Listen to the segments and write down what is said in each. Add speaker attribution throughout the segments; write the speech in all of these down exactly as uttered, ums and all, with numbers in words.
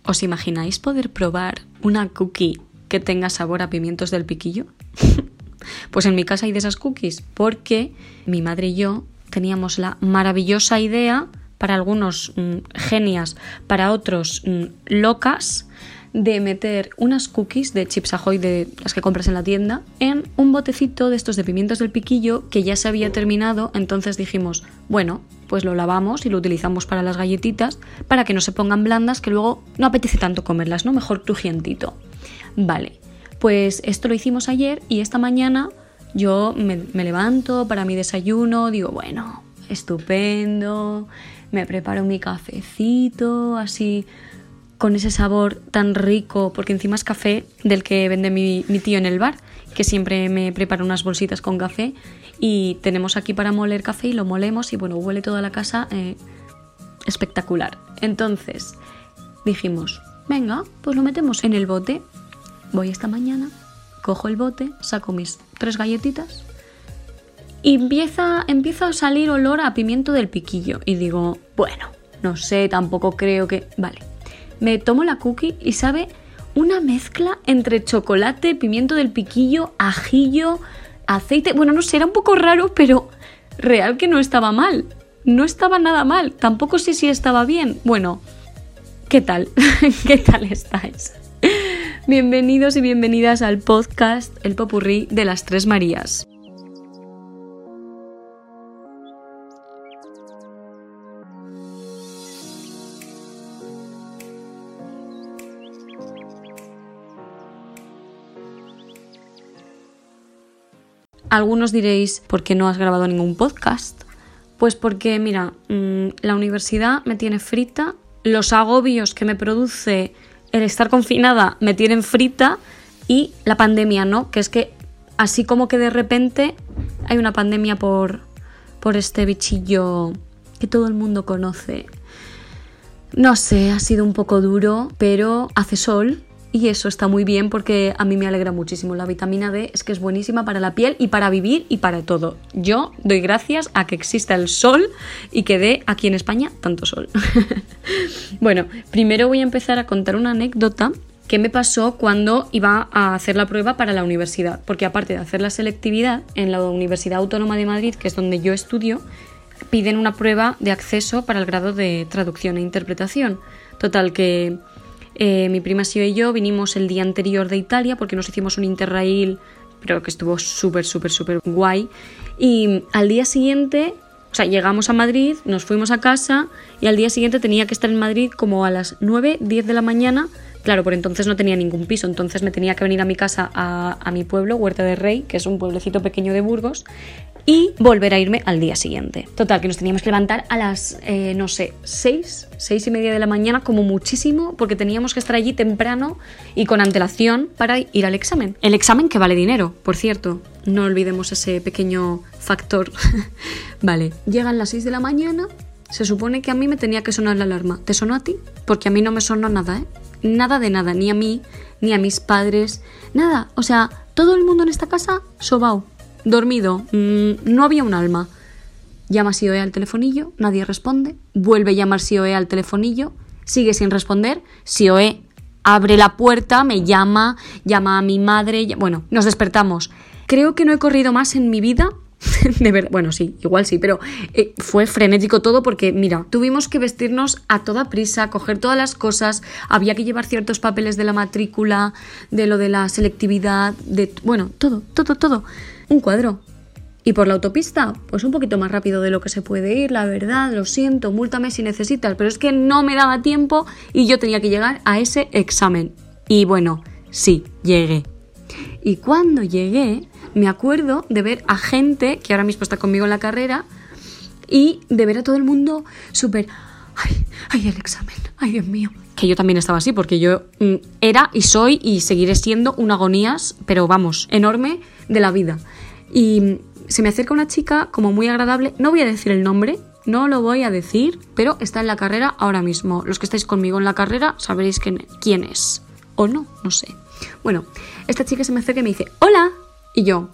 Speaker 1: ¿Os imagináis poder probar una cookie que tenga sabor a pimientos del piquillo? Pues en mi casa hay de esas cookies, porque mi madre y yo teníamos la maravillosa idea, para algunos mmm, genias, para otros mmm, locas, de meter unas cookies de Chips Ahoy, de las que compras en la tienda, en un botecito de estos de pimientos del piquillo que ya se había terminado. Entonces dijimos, bueno, pues lo lavamos y lo utilizamos para las galletitas, para que no se pongan blandas, que luego no apetece tanto comerlas, ¿no? Mejor crujientito. Vale, pues esto lo hicimos ayer y esta mañana yo me, me levanto para mi desayuno, digo, bueno, estupendo, me preparo mi cafecito, así con ese sabor tan rico, porque encima es café del que vende mi, mi tío en el bar, que siempre me prepara unas bolsitas con café, y tenemos aquí para moler café y lo molemos y bueno, huele toda la casa eh, espectacular. Entonces dijimos, venga, pues lo metemos en el bote. Voy esta mañana, cojo el bote, saco mis tres galletitas y empieza, empieza a salir olor a pimiento del piquillo y digo, bueno, no sé, tampoco creo que... Vale. Me tomo la cookie y sabe una mezcla entre chocolate, pimiento del piquillo, ajillo, aceite... Bueno, no sé, era un poco raro, pero real que no estaba mal. No estaba nada mal. Tampoco sé si estaba bien. Bueno, ¿qué tal? ¿Qué tal estáis? Bienvenidos y bienvenidas al podcast El Popurrí de las Tres Marías. Algunos diréis, ¿por qué no has grabado ningún podcast? Pues porque, mira, mmm, la universidad me tiene frita, los agobios que me produce el estar confinada me tienen frita y la pandemia, ¿no? Que es que así como que de repente hay una pandemia por, por este bichillo que todo el mundo conoce. No sé, ha sido un poco duro, pero hace sol. Y eso está muy bien porque a mí me alegra muchísimo. La vitamina D es que es buenísima para la piel y para vivir y para todo. Yo doy gracias a que exista el sol y que dé aquí en España tanto sol. Bueno, primero voy a empezar a contar una anécdota que me pasó cuando iba a hacer la prueba para la universidad. Porque aparte de hacer la selectividad, en la Universidad Autónoma de Madrid, que es donde yo estudio, piden una prueba de acceso para el grado de traducción e interpretación. Total que... Eh, mi prima Sio y yo vinimos el día anterior de Italia porque nos hicimos un interrail, pero que estuvo súper, súper, súper guay. Y al día siguiente, o sea, llegamos a Madrid, nos fuimos a casa y al día siguiente tenía que estar en Madrid como a las nueve, diez de la mañana. Claro, por entonces no tenía ningún piso, entonces me tenía que venir a mi casa, a, a mi pueblo, Huerta de Rey, que es un pueblecito pequeño de Burgos, y volver a irme al día siguiente. Total, que nos teníamos que levantar a las, eh, no sé, seis, seis y media de la mañana, como muchísimo, porque teníamos que estar allí temprano y con antelación para ir al examen. El examen que vale dinero, por cierto. No olvidemos ese pequeño factor. Vale, llegan las seis de la mañana, se supone que a mí me tenía que sonar la alarma. ¿Te sonó a ti? Porque a mí no me sonó nada, ¿eh? Nada de nada, ni a mí, ni a mis padres, nada. O sea, todo el mundo en esta casa sobao, dormido, mmm, no había un alma. Llama Sioe al telefonillo, nadie responde. Vuelve a llamar Sioe al telefonillo, sigue sin responder. Sioe abre la puerta, me llama, llama a mi madre. Bueno, nos despertamos. Creo que no he corrido más en mi vida. De verdad, bueno, sí, igual sí, pero eh, fue frenético todo porque, mira, tuvimos que vestirnos a toda prisa, coger todas las cosas, había que llevar ciertos papeles de la matrícula, de lo de la selectividad, de, bueno, todo, todo, todo, un cuadro. Y por la autopista, pues un poquito más rápido de lo que se puede ir, la verdad, lo siento, múltame si necesitas, pero es que no me daba tiempo y yo tenía que llegar a ese examen. Y bueno, sí, llegué. Y cuando llegué, me acuerdo de ver a gente que ahora mismo está conmigo en la carrera y de ver a todo el mundo súper, ay, ay, el examen, ay, Dios mío. Que yo también estaba así, porque yo mm, era y soy y seguiré siendo una agonías, pero vamos, enorme de la vida. Y se me acerca una chica como muy agradable, no voy a decir el nombre, no lo voy a decir, pero está en la carrera ahora mismo. Los que estáis conmigo en la carrera sabréis quién, quién es, o no, no sé. Bueno, esta chica se me acerca y me dice, hola. Y yo,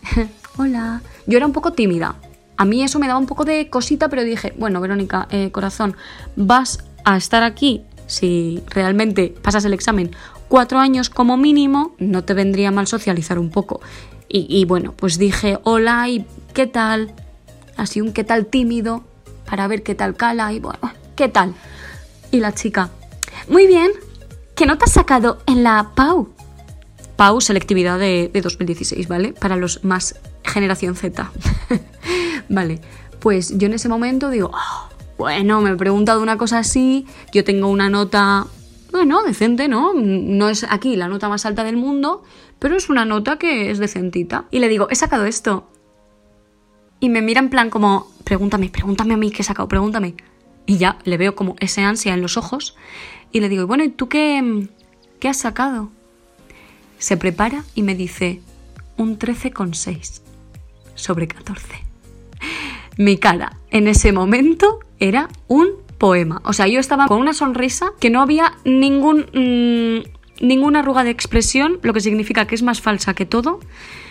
Speaker 1: hola. Yo era un poco tímida. A mí eso me daba un poco de cosita, pero dije, bueno, Verónica, eh, corazón, vas a estar aquí Si realmente pasas el examen cuatro años como mínimo, no te vendría mal socializar un poco. Y, y bueno, pues dije, hola, ¿y qué tal? Así un qué tal tímido, para ver qué tal cala, y bueno, ¿qué tal? Y la chica, muy bien, ¿qué nota has sacado en la P A U? P A U, selectividad de, de dos mil dieciséis, ¿vale? Para los más generación Z. Vale, pues yo en ese momento digo, oh, bueno, me he preguntado una cosa así, yo tengo una nota, bueno, decente, ¿no? No es aquí la nota más alta del mundo, pero es una nota que es decentita. Y le digo, he sacado esto. Y me mira en plan como, pregúntame, pregúntame a mí qué he sacado, pregúntame. Y ya le veo como ese ansia en los ojos y le digo, bueno, ¿y tú qué, qué has sacado? Se prepara y me dice, un trece coma seis sobre catorce. Mi cara en ese momento era un poema. O sea, yo estaba con una sonrisa que no había ningún, mmm, ninguna arruga de expresión, lo que significa que es más falsa que todo.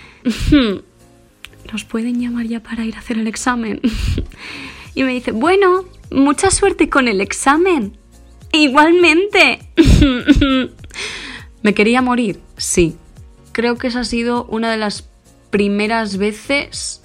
Speaker 1: ¿Nos pueden llamar ya para ir a hacer el examen? Y me dice, bueno, mucha suerte con el examen. Igualmente. ¿Me quería morir? Sí. Creo que esa ha sido una de las primeras veces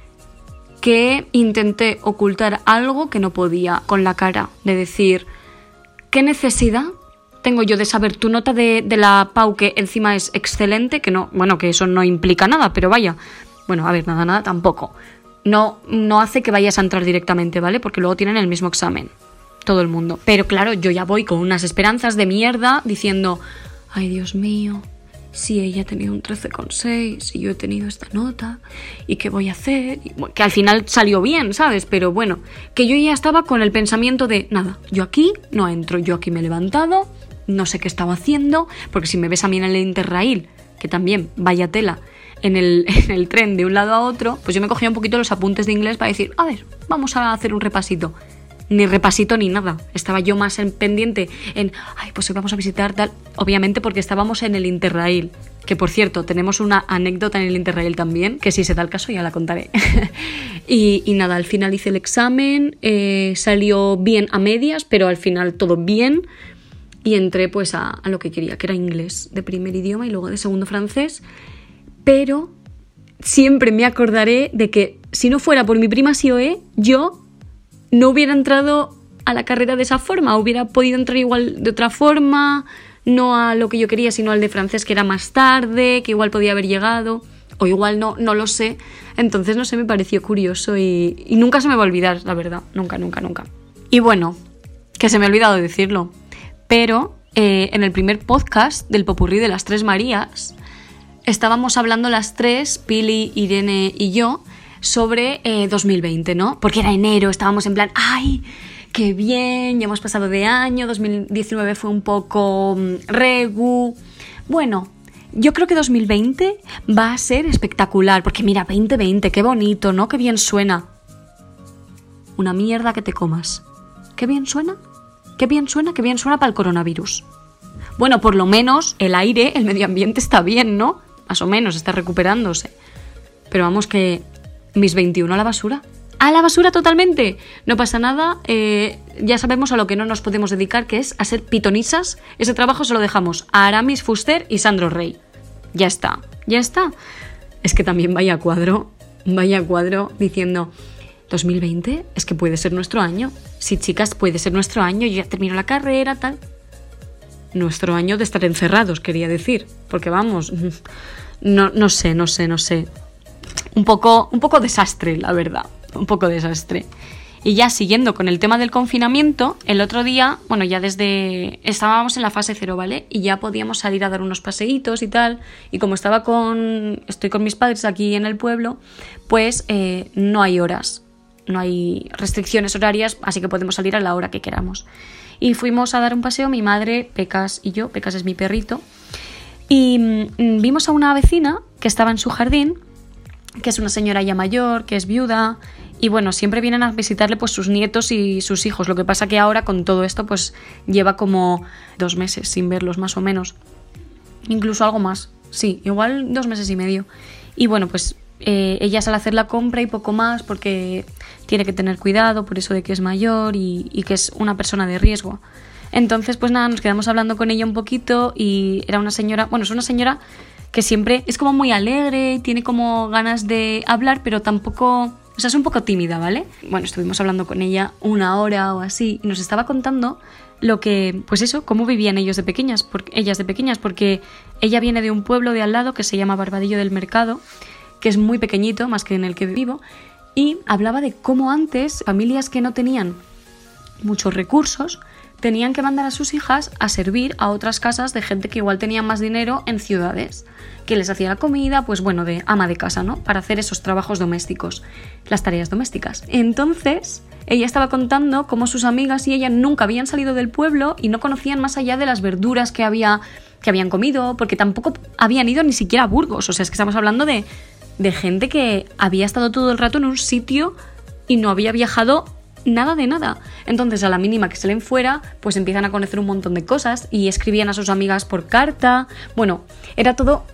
Speaker 1: que intenté ocultar algo que no podía con la cara. De decir, ¿qué necesidad tengo yo de saber tu nota de, de la P A U, que encima es excelente? Que no, bueno, que eso no implica nada, pero vaya. Bueno, a ver, nada, nada tampoco. No, no hace que vayas a entrar directamente, ¿vale? Porque luego tienen el mismo examen. Todo el mundo. Pero claro, yo ya voy con unas esperanzas de mierda diciendo, ay, Dios mío, si ella ha tenido un trece coma seis y yo he tenido esta nota, ¿y qué voy a hacer? Y, bueno, que al final salió bien, ¿sabes? Pero bueno, que yo ya estaba con el pensamiento de, nada, yo aquí no entro, yo aquí me he levantado, no sé qué estaba haciendo, porque si me ves a mí en el Interrail, que también, vaya tela, en el, en el tren de un lado a otro, pues yo me cogía un poquito los apuntes de inglés para decir, a ver, vamos a hacer un repasito. Ni repasito ni nada. Estaba yo más en pendiente en, ay, pues hoy vamos a visitar tal. Obviamente porque estábamos en el Interrail. Que por cierto, tenemos una anécdota en el Interrail también, que si se da el caso ya la contaré. y, y nada, al final hice el examen, eh, salió bien a medias, pero al final todo bien. Y entré pues a, a lo que quería, que era inglés de primer idioma y luego de segundo francés. Pero siempre me acordaré de que si no fuera por mi prima Sioe, yo no hubiera entrado a la carrera de esa forma, hubiera podido entrar igual de otra forma, no a lo que yo quería, sino al de francés, que era más tarde, que igual podía haber llegado, o igual no, no lo sé. Entonces, no sé, me pareció curioso y, y nunca se me va a olvidar, la verdad, nunca, nunca, nunca. Y bueno, que se me ha olvidado decirlo, pero eh, en el primer podcast del Popurrí de las Tres Marías, estábamos hablando las tres, Pili, Irene y yo, sobre eh, dos mil veinte, ¿no? Porque era enero, estábamos en plan, ¡ay, qué bien! Ya hemos pasado de año, dos mil diecinueve fue un poco um, regu. Bueno, yo creo que dos mil veinte va a ser espectacular, porque mira, veinte veinte, qué bonito, ¿no? Qué bien suena. Una mierda que te comas. ¿Qué bien suena? ¿Qué bien suena? ¿Qué bien suena para el coronavirus? Bueno, por lo menos el aire, el medio ambiente está bien, ¿no? Más o menos, está recuperándose. Pero vamos que mis veintiuno a la basura. ¡A la basura totalmente! No pasa nada, eh, ya sabemos a lo que no nos podemos dedicar, que es a ser pitonisas. Ese trabajo se lo dejamos a Aramis Fuster y Sandro Rey. Ya está, ya está. Es que también vaya cuadro, vaya cuadro diciendo, dos mil veinte es que puede ser nuestro año. Sí, chicas, puede ser nuestro año, yo ya termino la carrera, tal. Nuestro año de estar encerrados, quería decir. Porque vamos, no, no sé, no sé, no sé. Un poco, un poco desastre, la verdad. Un poco desastre. Y ya siguiendo con el tema del confinamiento, el otro día, bueno, ya desde... estábamos en la fase cero, ¿vale? Y ya podíamos salir a dar unos paseitos y tal. Y como estaba con... estoy con mis padres aquí en el pueblo, pues eh, no hay horas. No hay restricciones horarias, así que podemos salir a la hora que queramos. Y fuimos a dar un paseo, mi madre, Pecas y yo. Pecas es mi perrito. Y mmm, vimos a una vecina que estaba en su jardín, que es una señora ya mayor, que es viuda, y bueno, siempre vienen a visitarle pues sus nietos y sus hijos. Lo que pasa que ahora con todo esto pues lleva como dos meses sin verlos más o menos, incluso algo más, sí, igual dos meses y medio. Y bueno, pues eh, ella sale a hacer la compra y poco más porque tiene que tener cuidado por eso de que es mayor y, y que es una persona de riesgo. Entonces, pues nada, nos quedamos hablando con ella un poquito y era una señora, bueno, es una señora que siempre es como muy alegre, tiene como ganas de hablar, pero tampoco, o sea, es un poco tímida, ¿vale? Bueno, estuvimos hablando con ella una hora o así y nos estaba contando lo que, pues eso, cómo vivían ellos de pequeñas, porque, ellas de pequeñas, porque ella viene de un pueblo de al lado que se llama Barbadillo del Mercado, que es muy pequeñito, más que en el que vivo, y hablaba de cómo antes familias que no tenían muchos recursos tenían que mandar a sus hijas a servir a otras casas de gente que igual tenía más dinero en ciudades, que les hacía la comida, pues bueno, de ama de casa, ¿no? Para hacer esos trabajos domésticos, las tareas domésticas. Entonces, ella estaba contando cómo sus amigas y ella nunca habían salido del pueblo y no conocían más allá de las verduras que, había, que habían comido, porque tampoco habían ido ni siquiera a Burgos. O sea, es que estamos hablando de, de gente que había estado todo el rato en un sitio y no había viajado nada de nada. Entonces, a la mínima que salen fuera, pues empiezan a conocer un montón de cosas y escribían a sus amigas por carta. Bueno, era todo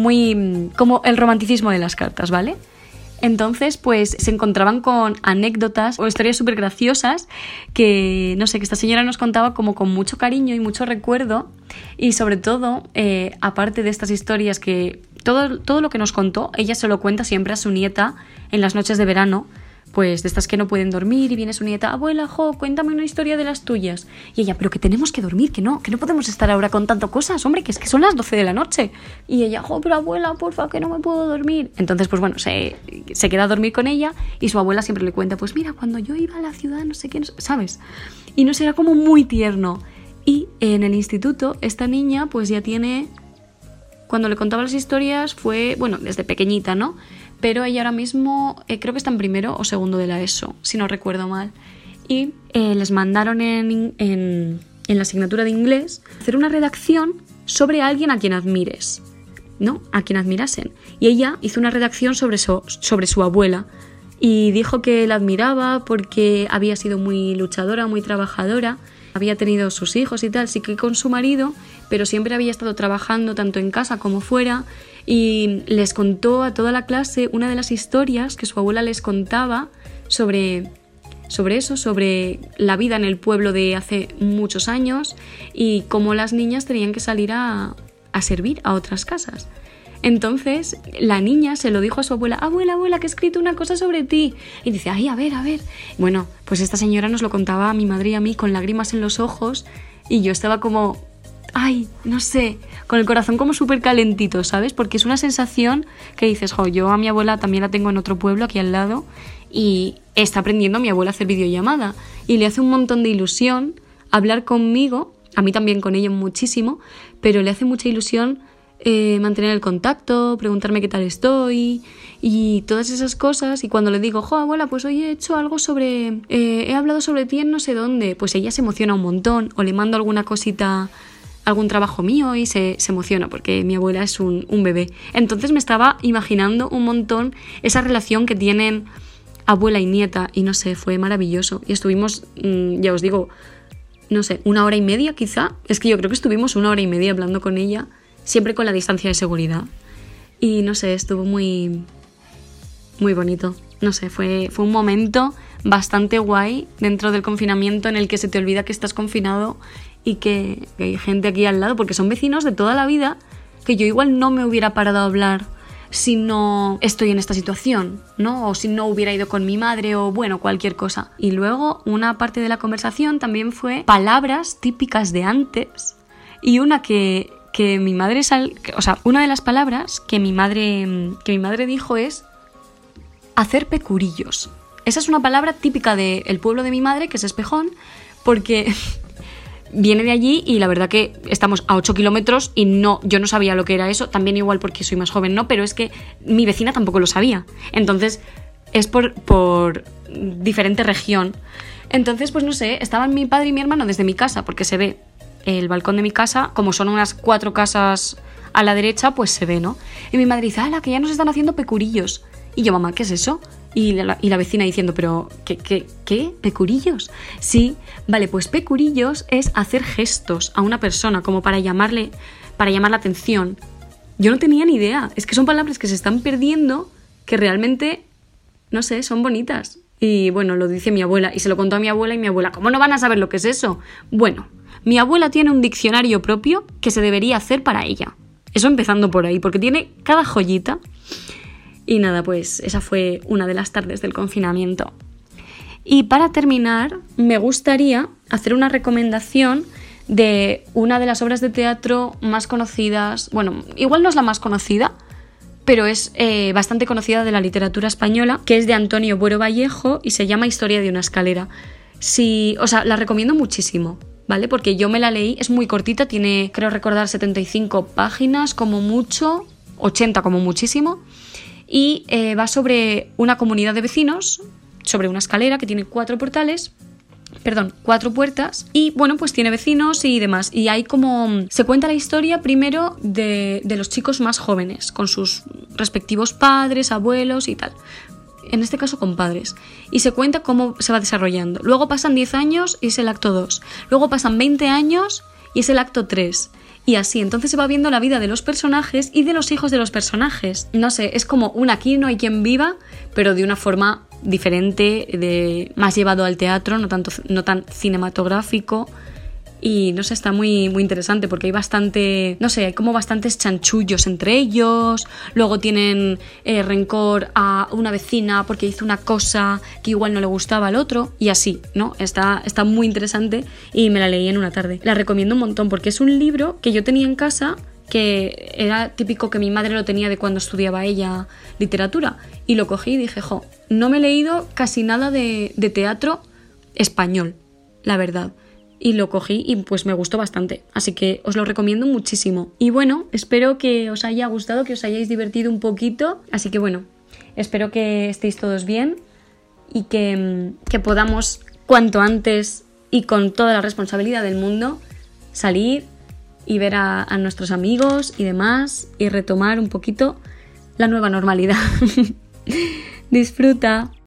Speaker 1: muy como el romanticismo de las cartas, ¿vale? Entonces, pues se encontraban con anécdotas o historias súper graciosas que, no sé, que esta señora nos contaba como con mucho cariño y mucho recuerdo. Y sobre todo, eh, aparte de estas historias que todo, todo lo que nos contó, ella se lo cuenta siempre a su nieta en las noches de verano, pues de estas que no pueden dormir y viene su nieta, abuela, jo, cuéntame una historia de las tuyas. Y ella, pero que tenemos que dormir, que no, que no podemos estar ahora contando cosas, hombre, que es que son las doce de la noche. Y ella, jo, pero abuela, porfa, que no me puedo dormir. Entonces, pues bueno, se, se queda a dormir con ella y su abuela siempre le cuenta, pues mira, cuando yo iba a la ciudad, no sé qué, no sé, ¿sabes? Y no sé, era como muy tierno. Y en el instituto, esta niña, pues ya tiene... Cuando le contaba las historias fue, bueno, desde pequeñita, ¿no? Pero ella ahora mismo eh, creo que está en primero o segundo de la ESO, si no recuerdo mal. Y eh, les mandaron en, en, en la asignatura de inglés hacer una redacción sobre alguien a quien admires, ¿no? A quien admirasen. Y ella hizo una redacción sobre su, sobre su abuela y dijo que la admiraba porque había sido muy luchadora, muy trabajadora, había tenido sus hijos y tal, sí que con su marido, pero siempre había estado trabajando tanto en casa como fuera. Y les contó a toda la clase una de las historias que su abuela les contaba sobre, sobre eso, sobre la vida en el pueblo de hace muchos años y cómo las niñas tenían que salir a, a servir a otras casas. Entonces la niña se lo dijo a su abuela, abuela, abuela, que he escrito una cosa sobre ti. Y dice, ay, a ver, a ver. Bueno, pues esta señora nos lo contaba a mi madre y a mí con lágrimas en los ojos y yo estaba como... ay, no sé, con el corazón como súper calentito, ¿sabes? Porque es una sensación que dices, jo, yo a mi abuela también la tengo en otro pueblo aquí al lado y está aprendiendo mi abuela a hacer videollamada y le hace un montón de ilusión hablar conmigo, a mí también con ella muchísimo, pero le hace mucha ilusión eh, mantener el contacto, preguntarme qué tal estoy y todas esas cosas. Y cuando le digo, jo, abuela, pues hoy he hecho algo sobre, eh, he hablado sobre ti en no sé dónde, pues ella se emociona un montón o le mando alguna cosita, algún trabajo mío y se, se emociona porque mi abuela es un, un bebé. Entonces me estaba imaginando un montón esa relación que tienen abuela y nieta y no sé, fue maravilloso. Y estuvimos, mmm, ya os digo, no sé, una hora y media quizá. Es que yo creo que estuvimos una hora y media hablando con ella, siempre con la distancia de seguridad. Y no sé, estuvo muy, muy bonito. No sé, fue, fue un momento bastante guay dentro del confinamiento en el que se te olvida que estás confinado y que, que hay gente aquí al lado, porque son vecinos de toda la vida que yo igual no me hubiera parado a hablar si no estoy en esta situación, ¿no? O si no hubiera ido con mi madre o bueno, cualquier cosa. Y luego una parte de la conversación también fue palabras típicas de antes y una que, que mi madre sal, o sea, una de las palabras que mi madre que mi madre dijo es hacer pecurillos. Esa es una palabra típica del pueblo de mi madre, que es Espejón, porque viene de allí y la verdad que estamos a ocho kilómetros y no, yo no sabía lo que era eso, también igual porque soy más joven, ¿no? Pero es que mi vecina tampoco lo sabía. Entonces es por, por diferente región. Entonces, pues no sé, estaban mi padre y mi hermano desde mi casa, porque se ve el balcón de mi casa, como son unas cuatro casas a la derecha, pues se ve, ¿no? Y mi madre dice, ¡hala, que ya nos están haciendo pecurillos! Y yo, mamá, ¿qué es eso? Y la, y la vecina diciendo, ¿pero qué, qué, qué? ¿Pecurillos? Sí, vale, pues pecurillos es hacer gestos a una persona como para llamarle, para llamar la atención. Yo no tenía ni idea. Es que son palabras que se están perdiendo, que realmente, no sé, son bonitas. Y bueno, lo dice mi abuela y se lo contó a mi abuela y mi abuela, ¿cómo no van a saber lo que es eso? Bueno, Mi abuela tiene un diccionario propio que se debería hacer para ella. Eso empezando por ahí, porque tiene cada joyita. Y nada, pues esa fue una de las tardes del confinamiento. Y para terminar, me gustaría hacer una recomendación de una de las obras de teatro más conocidas. Bueno, igual no es la más conocida, pero es eh, bastante conocida de la literatura española, que es de Antonio Buero Vallejo y se llama Historia de una escalera. Sí, o sea, la recomiendo muchísimo, ¿vale? Porque yo me la leí, es muy cortita, tiene, creo recordar, setenta y cinco páginas como mucho, ochenta como muchísimo, y eh, va sobre una comunidad de vecinos, sobre una escalera que tiene cuatro portales, perdón, cuatro puertas, y bueno, pues tiene vecinos y demás, y hay como, se cuenta la historia primero de, de los chicos más jóvenes, con sus respectivos padres, abuelos y tal, en este caso con padres, y se cuenta cómo se va desarrollando. Luego pasan diez años y es el acto dos, luego pasan veinte años y es el acto tres, y así, entonces se va viendo la vida de los personajes y de los hijos de los personajes. No sé, es como un Aquí no hay quien viva, pero de una forma diferente, de, más llevado al teatro, no, tanto, no tan cinematográfico. Y no sé, está muy, muy interesante porque hay bastante, no sé, hay como bastantes chanchullos entre ellos. Luego tienen eh, rencor a una vecina porque hizo una cosa que igual no le gustaba al otro. Y así, ¿no? Está, está muy interesante y me la leí en una tarde. La recomiendo un montón porque es un libro que yo tenía en casa, que era típico que mi madre lo tenía de cuando estudiaba ella literatura. Y lo cogí y dije, jo, no me he leído casi nada de, de teatro español, la verdad. Y lo cogí y pues me gustó bastante, así que os lo recomiendo muchísimo. Y bueno, espero que os haya gustado, que os hayáis divertido un poquito, así que bueno, espero que estéis todos bien y que, que podamos cuanto antes y con toda la responsabilidad del mundo salir y ver a, a nuestros amigos y demás y retomar un poquito la nueva normalidad. Disfruta.